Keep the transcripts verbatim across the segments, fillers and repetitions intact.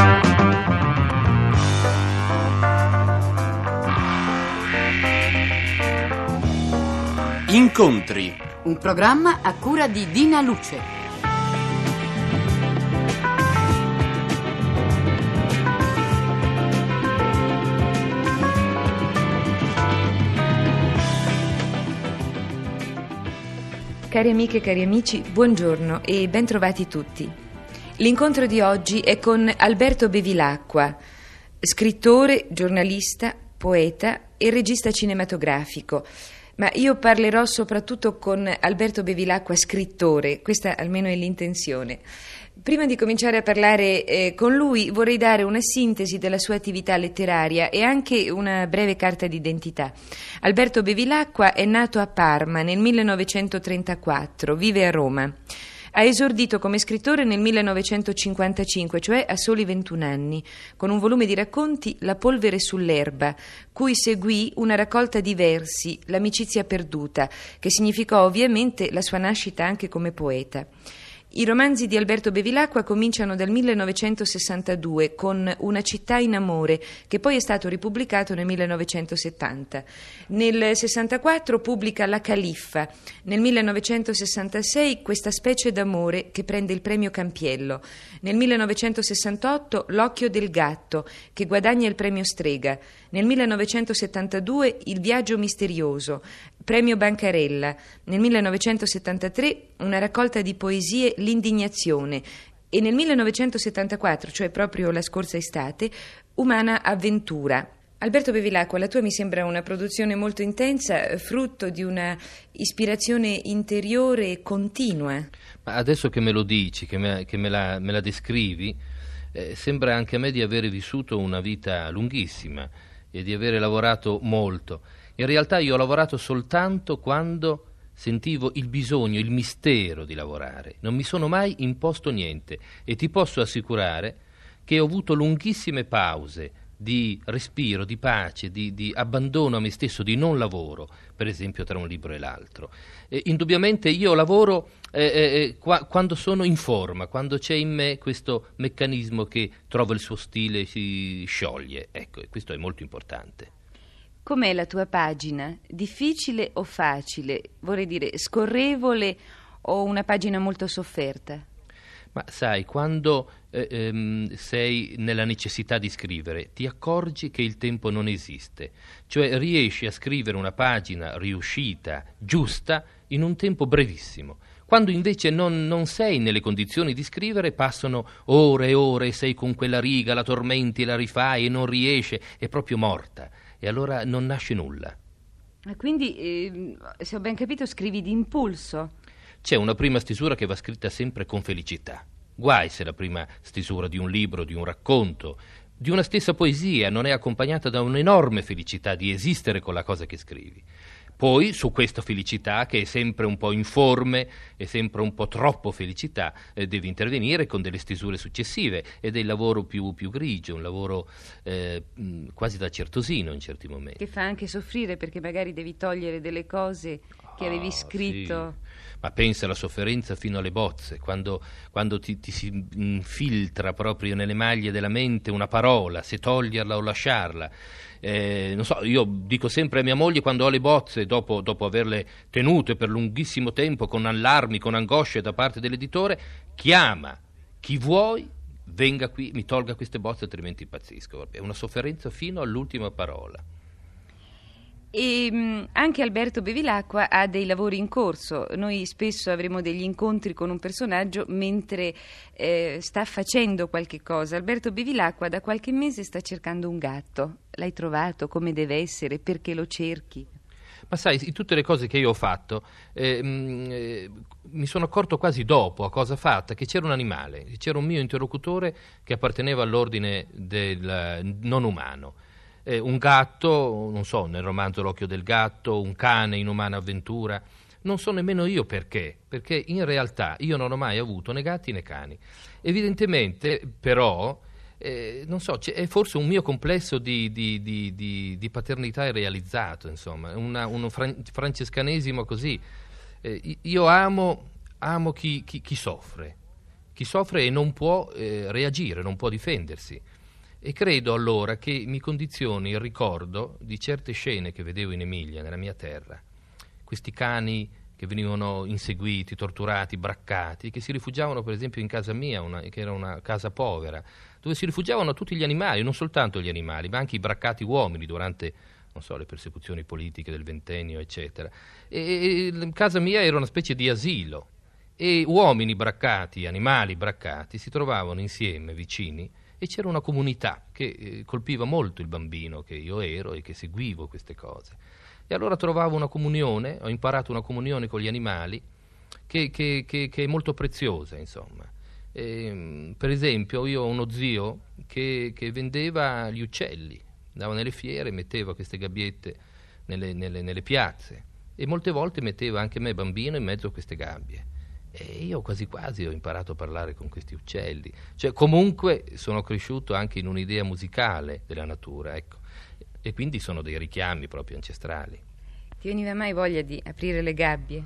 Incontri. Un programma a cura di Dina Luce. Cari amiche e cari amici, buongiorno e ben trovati tutti. L'incontro di oggi è con Alberto Bevilacqua, scrittore, giornalista, poeta e regista cinematografico. Ma io parlerò soprattutto con Alberto Bevilacqua, scrittore, questa almeno è l'intenzione. Prima di cominciare a parlare eh, con lui vorrei dare una sintesi della sua attività letteraria e anche una breve carta d'identità. Alberto Bevilacqua è nato a Parma nel millenovecentotrentaquattro, vive a Roma. Ha esordito come scrittore nel millenovecentocinquantacinque, cioè a soli ventuno anni, con un volume di racconti La polvere sull'erba, cui seguì una raccolta di versi, L'amicizia perduta, che significò ovviamente la sua nascita anche come poeta. I romanzi di Alberto Bevilacqua cominciano dal millenovecentosessantadue con Una città in amore, che poi è stato ripubblicato nel millenovecentosettanta. Nel sessantaquattro pubblica La Califfa, nel millenovecentosessantasei Questa specie d'amore, che prende il premio Campiello, nel millenovecentosessantotto L'occhio del gatto, che guadagna il premio Strega, nel millenovecentosettantadue Il viaggio misterioso, premio Bancarella, nel millenovecentosettantatré una raccolta di poesie L'indignazione e nel millenovecentosettantaquattro, cioè proprio la scorsa estate, Umana avventura. Alberto Bevilacqua, la tua mi sembra una produzione molto intensa, frutto di una ispirazione interiore continua. Ma adesso che me lo dici, che me, che me, la, me la descrivi, eh, sembra anche a me di avere vissuto una vita lunghissima e di avere lavorato molto. In realtà io ho lavorato soltanto quando sentivo il bisogno, il mistero di lavorare. Non mi sono mai imposto niente e ti posso assicurare che ho avuto lunghissime pause di respiro, di pace, di, di abbandono a me stesso, di non lavoro, per esempio tra un libro e l'altro. E indubbiamente io lavoro eh, eh, qua, quando sono in forma, quando c'è in me questo meccanismo che trova il suo stile e si scioglie. Ecco, e questo è molto importante. Com'è la tua pagina? Difficile o facile? Vorrei dire scorrevole o una pagina molto sofferta? Ma sai, quando eh, ehm, sei nella necessità di scrivere, ti accorgi che il tempo non esiste, cioè riesci a scrivere una pagina riuscita, giusta, in un tempo brevissimo. Quando invece non, non sei nelle condizioni di scrivere, passano ore e ore, sei con quella riga, la tormenti, la rifai e non riesce, è proprio morta. E allora non nasce nulla. Quindi, eh, se ho ben capito, scrivi d'impulso. C'è una prima stesura che va scritta sempre con felicità. Guai se la prima stesura di un libro, di un racconto, di una stessa poesia non è accompagnata da un'enorme felicità di esistere con la cosa che scrivi. Poi, su questa felicità, che è sempre un po' informe, è sempre un po' troppo felicità, eh, devi intervenire con delle stesure successive ed è il lavoro più, più grigio, un lavoro eh, quasi da certosino in certi momenti. Che fa anche soffrire perché magari devi togliere delle cose che avevi Ah, scritto. Sì. Ma pensa alla sofferenza fino alle bozze, quando, quando ti, ti si infiltra proprio nelle maglie della mente una parola, se toglierla o lasciarla. Eh, non so, io dico sempre a mia moglie quando ho le bozze, dopo, dopo averle tenute per lunghissimo tempo, con allarmi, con angosce da parte dell'editore, chiama chi vuoi, venga qui, mi tolga queste bozze, altrimenti impazzisco. È una sofferenza fino all'ultima parola. E mh, anche Alberto Bevilacqua ha dei lavori in corso. Noi spesso avremo degli incontri con un personaggio mentre eh, sta facendo qualche cosa. Alberto Bevilacqua da qualche mese sta cercando un gatto. L'hai trovato? Come deve essere? Perché lo cerchi? Ma sai, in tutte le cose che io ho fatto eh, mh, eh, mi sono accorto quasi dopo, a cosa fatta, che c'era un animale, c'era un mio interlocutore che apparteneva all'ordine del non umano. Eh, un gatto, non so, nel romanzo L'occhio del gatto, un cane in Umana avventura, non so nemmeno io perché, perché in realtà io non ho mai avuto né gatti né cani. Evidentemente, però, eh, non so, è forse un mio complesso di, di, di, di, di paternità irrealizzato, insomma, una, uno fran- francescanesimo così. Eh, io amo, amo chi, chi, chi soffre. chi soffre e non può eh, reagire, non può difendersi. E credo allora che mi condizioni il ricordo di certe scene che vedevo in Emilia, nella mia terra. Questi cani che venivano inseguiti, torturati, braccati, che si rifugiavano per esempio in casa mia, una, che era una casa povera, dove si rifugiavano tutti gli animali, non soltanto gli animali, ma anche i braccati uomini durante, non so, le persecuzioni politiche del ventennio, eccetera. E, e casa mia era una specie di asilo, e uomini braccati, animali braccati, si trovavano insieme, vicini, e c'era una comunità che eh, colpiva molto il bambino che io ero e che seguivo queste cose. E allora trovavo una comunione, ho imparato una comunione con gli animali che, che, che, che è molto preziosa, insomma. E, per esempio, io ho uno zio che, che vendeva gli uccelli, andava nelle fiere, metteva queste gabbiette nelle, nelle, nelle piazze e molte volte metteva anche me, bambino, in mezzo a queste gabbie. E io quasi quasi ho imparato a parlare con questi uccelli. Cioè, comunque sono cresciuto anche in un'idea musicale della natura, ecco. E quindi sono dei richiami proprio ancestrali. Ti veniva mai voglia di aprire le gabbie?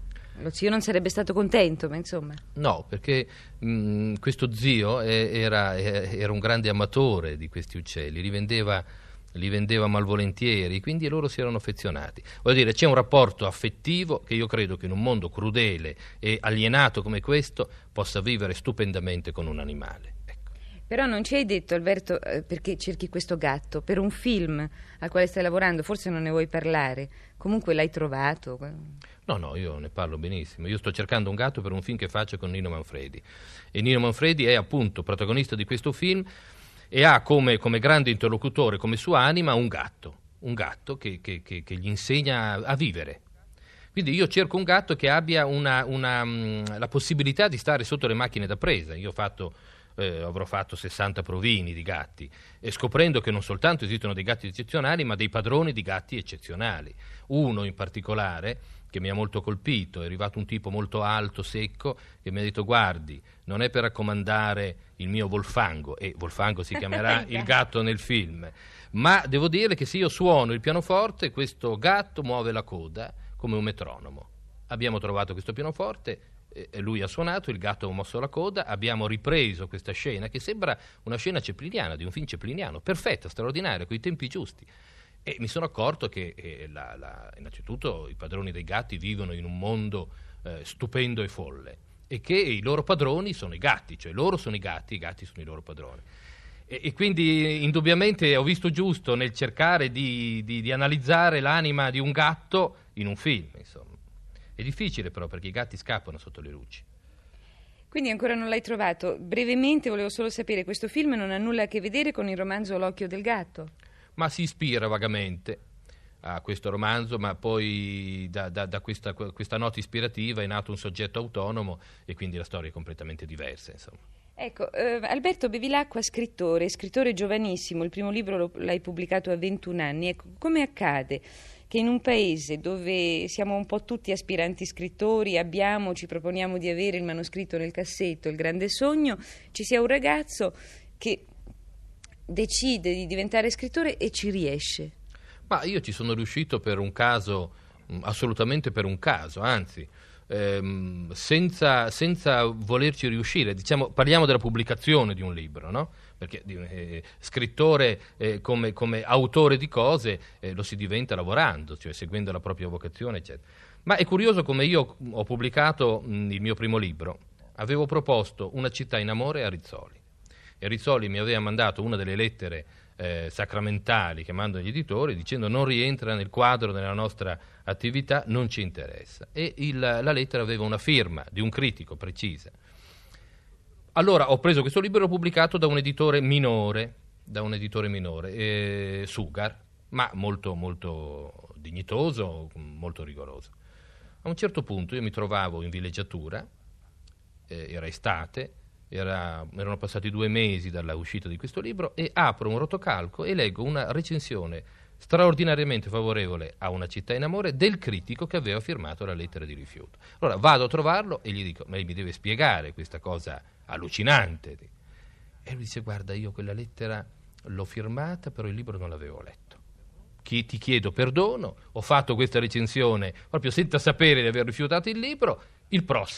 Lo zio non sarebbe stato contento, ma insomma... No, perché mh, questo zio eh, era, eh, era un grande amatore di questi uccelli, li vendeva, li vendeva malvolentieri, quindi loro si erano affezionati. Voglio dire, c'è un rapporto affettivo che io credo che in un mondo crudele e alienato come questo possa vivere stupendamente con un animale. Però non ci hai detto, Alberto, eh, perché cerchi questo gatto? Per un film al quale stai lavorando, forse non ne vuoi parlare. Comunque l'hai trovato? No, no, io ne parlo benissimo. Io sto cercando un gatto per un film che faccio con Nino Manfredi. E Nino Manfredi è appunto protagonista di questo film e ha come, come grande interlocutore, come sua anima, un gatto. Un gatto che, che, che, che gli insegna a vivere. Quindi io cerco un gatto che abbia una, una, mh, la possibilità di stare sotto le macchine da presa. Io ho fatto... Eh, avrò fatto sessanta provini di gatti e scoprendo che non soltanto esistono dei gatti eccezionali ma dei padroni di gatti eccezionali. Uno in particolare che mi ha molto colpito, è arrivato un tipo molto alto, secco, che mi ha detto: guardi, non è per raccomandare il mio Volfango, e Volfango si chiamerà il gatto nel film, ma devo dire che se io suono il pianoforte questo gatto muove la coda come un metronomo. Abbiamo trovato questo pianoforte, lui ha suonato, il gatto ha mosso la coda, abbiamo ripreso questa scena che sembra una scena cepliniana, di un film cepliniano, perfetta, straordinaria, con i tempi giusti. E mi sono accorto che eh, la, la, innanzitutto i padroni dei gatti vivono in un mondo eh, stupendo e folle e che i loro padroni sono i gatti, cioè loro sono i gatti, i gatti sono i loro padroni. E, e quindi indubbiamente ho visto giusto nel cercare di, di, di analizzare l'anima di un gatto in un film, insomma. È difficile però perché i gatti scappano sotto le luci. Quindi ancora non l'hai trovato. Brevemente volevo solo sapere, questo film non ha nulla a che vedere con il romanzo L'occhio del gatto? Ma si ispira vagamente a questo romanzo, ma poi da, da, da questa, questa nota ispirativa è nato un soggetto autonomo e quindi la storia è completamente diversa, insomma. Ecco, eh, Alberto Bevilacqua, scrittore, scrittore giovanissimo, il primo libro lo, l'hai pubblicato a ventuno anni. Ecco, come accade che in un paese dove siamo un po' tutti aspiranti scrittori, abbiamo, ci proponiamo di avere il manoscritto nel cassetto, il grande sogno, ci sia un ragazzo che decide di diventare scrittore e ci riesce? Ma io ci sono riuscito per un caso, assolutamente per un caso, anzi, ehm, senza, senza volerci riuscire. Diciamo, parliamo della pubblicazione di un libro, no? Perché eh, scrittore eh, come, come autore di cose eh, lo si diventa lavorando, cioè seguendo la propria vocazione, eccetera. Ma è curioso come io ho pubblicato mh, il mio primo libro, avevo proposto Una città in amore a Rizzoli, e Rizzoli mi aveva mandato una delle lettere eh, sacramentali che mandano gli editori dicendo: non rientra nel quadro della nostra attività, non ci interessa, e il, la lettera aveva una firma di un critico precisa. Allora ho preso questo libro e l'ho pubblicato da un editore minore, da un editore minore, eh, Sugar, ma molto, molto dignitoso, molto rigoroso. A un certo punto io mi trovavo in villeggiatura, eh, era estate, era, erano passati due mesi dalla uscita di questo libro, e apro un rotocalco e leggo una recensione straordinariamente favorevole a Una città in amore del critico che aveva firmato la lettera di rifiuto. Allora vado a trovarlo e gli dico: ma lei mi deve spiegare questa cosa allucinante. E lui dice: guarda, io quella lettera l'ho firmata, però il libro non l'avevo letto. Chi, ti chiedo perdono, ho fatto questa recensione proprio senza sapere di aver rifiutato il libro, il prossimo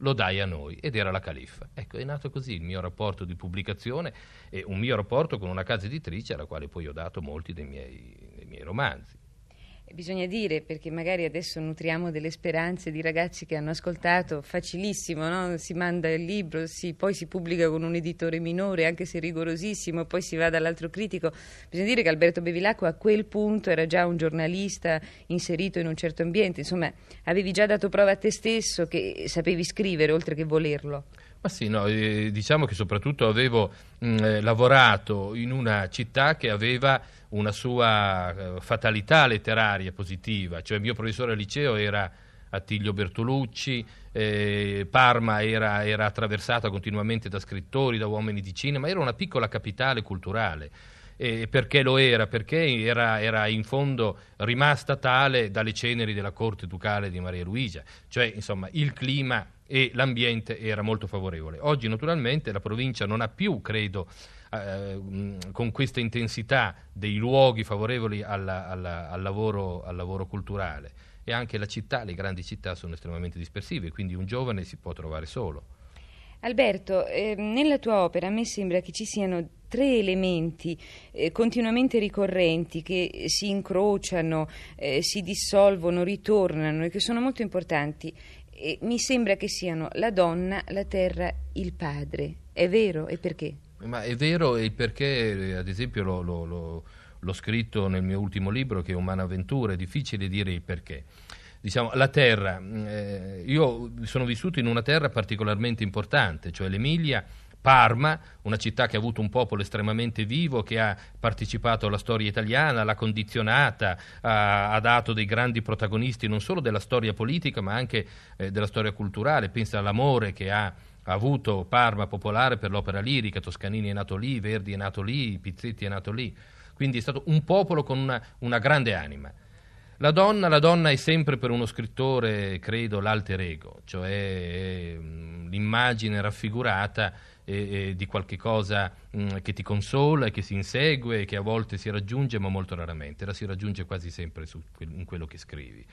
lo dai a noi, ed era la Califfa. Ecco, è nato così il mio rapporto di pubblicazione e un mio rapporto con una casa editrice alla quale poi ho dato molti dei miei, dei miei romanzi. Bisogna dire, perché magari adesso nutriamo delle speranze di ragazzi che hanno ascoltato, facilissimo, no? Si manda il libro, si, poi si pubblica con un editore minore, anche se rigorosissimo, poi si va dall'altro critico. Bisogna dire che Alberto Bevilacqua a quel punto era già un giornalista inserito in un certo ambiente, insomma, avevi già dato prova a te stesso che sapevi scrivere oltre che volerlo. Ma sì, no, eh, diciamo che soprattutto avevo mh, lavorato in una città che aveva una sua eh, fatalità letteraria positiva, cioè il mio professore al liceo era Attilio Bertolucci, eh, Parma era, era attraversata continuamente da scrittori, da uomini di cinema, era una piccola capitale culturale. Eh, perché lo era? Perché era, era in fondo rimasta tale dalle ceneri della corte ducale di Maria Luigia, cioè insomma il clima e l'ambiente era molto favorevole. Oggi naturalmente la provincia non ha più, credo, eh, con questa intensità dei luoghi favorevoli alla, alla, al, lavoro, al lavoro culturale, e anche la città, le grandi città sono estremamente dispersive, quindi un giovane si può trovare solo. Alberto, eh, nella tua opera a me sembra che ci siano tre elementi eh, continuamente ricorrenti che si incrociano, eh, si dissolvono, ritornano e che sono molto importanti. E mi sembra che siano la donna, la terra, il padre. È vero? E perché? Ma è vero, e perché, ad esempio, lo, lo, lo, l'ho scritto nel mio ultimo libro, che è Umana Avventura, è difficile dire il perché. Diciamo, la terra, eh, io sono vissuto in una terra particolarmente importante, cioè l'Emilia, Parma, una città che ha avuto un popolo estremamente vivo, che ha partecipato alla storia italiana, l'ha condizionata, ha, ha dato dei grandi protagonisti non solo della storia politica ma anche eh, della storia culturale. Pensa all'amore che ha ha avuto Parma popolare per l'opera lirica, Toscanini è nato lì, Verdi è nato lì, Pizzetti è nato lì, quindi è stato un popolo con una, una grande anima. La donna, la donna è sempre per uno scrittore, credo, l'alter ego, cioè l'immagine raffigurata eh, eh, di qualche cosa mh, che ti consola e che si insegue e che a volte si raggiunge ma molto raramente, la si raggiunge quasi sempre su, in quello che scrivi.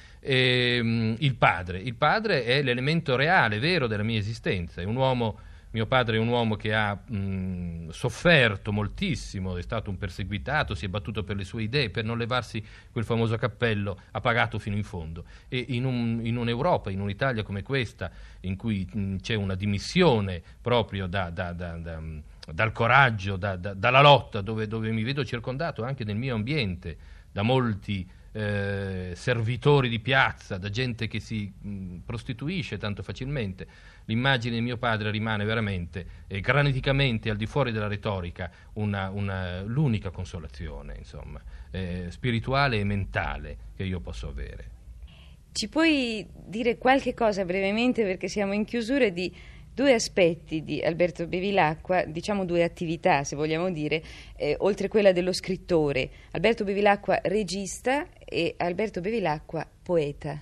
E, mh, il padre, il padre è l'elemento reale, vero, della mia esistenza, è un uomo. Mio padre è un uomo che ha mh, sofferto moltissimo, è stato un perseguitato, si è battuto per le sue idee, per non levarsi quel famoso cappello, ha pagato fino in fondo. E in, un, in un'Europa, in un'Italia come questa, in cui mh, c'è una dimissione proprio da, da, da, da, dal coraggio, da, da, dalla lotta, dove, dove mi vedo circondato anche nel mio ambiente da molti Eh, servitori di piazza, da gente che si mh, prostituisce tanto facilmente, l'immagine di mio padre rimane veramente eh, graniticamente al di fuori della retorica una, una, l'unica consolazione, insomma, eh, spirituale e mentale che io posso avere. Ci puoi dire qualche cosa brevemente, perché siamo in chiusura, di due aspetti di Alberto Bevilacqua, diciamo due attività se vogliamo dire, eh, oltre quella dello scrittore: Alberto Bevilacqua regista e Alberto Bevilacqua poeta?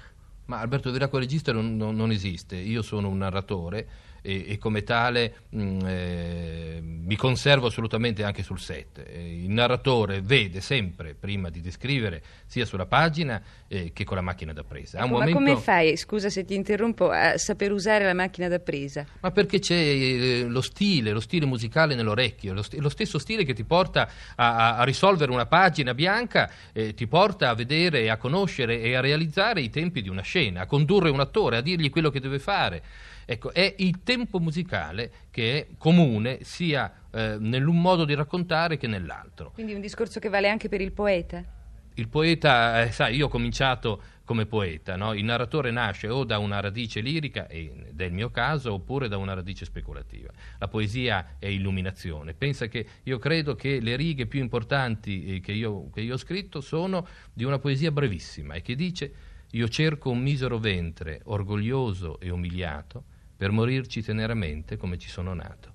Ma Alberto Bevilacqua regista non, non, non esiste, io sono un narratore e, e come tale mh, eh, mi conservo assolutamente anche sul set. Eh, il narratore vede sempre, prima di descrivere, sia sulla pagina eh, che con la macchina da presa. Ecco, un momento... Ma come fai, scusa se ti interrompo, a saper usare la macchina da presa? Ma perché c'è eh, lo stile, lo stile musicale nell'orecchio, lo, st- lo stesso stile che ti porta a, a, a risolvere una pagina bianca, eh, ti porta a vedere, a conoscere e a realizzare i tempi di una scena, a condurre un attore, a dirgli quello che deve fare. Ecco, è il tempo musicale che è comune sia eh, nell'un modo di raccontare che nell'altro. Quindi un discorso che vale anche per il poeta? Il poeta, eh, sai, io ho cominciato come poeta, no? Il narratore nasce o da una radice lirica, ed è il mio caso, oppure da una radice speculativa. La poesia è illuminazione. Pensa che io credo che le righe più importanti che io, che io ho scritto sono di una poesia brevissima e che dice: io cerco un misero ventre, orgoglioso e umiliato, per morirci teneramente come ci sono nato.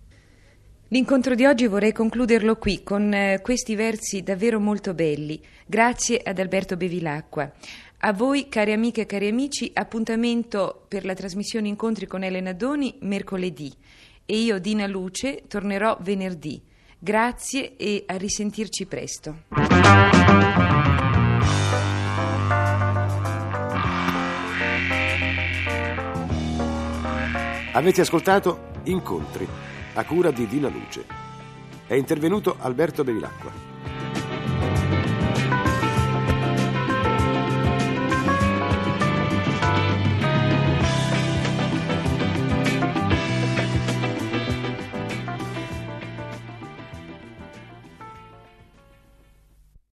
L'incontro di oggi vorrei concluderlo qui con eh, questi versi davvero molto belli. Grazie ad Alberto Bevilacqua. A voi, cari amiche e cari amici, appuntamento per la trasmissione Incontri con Elena Doni mercoledì e io, Dina Luce, tornerò venerdì. Grazie e a risentirci presto. Avete ascoltato Incontri, a cura di Dina Luce. È intervenuto Alberto Bevilacqua.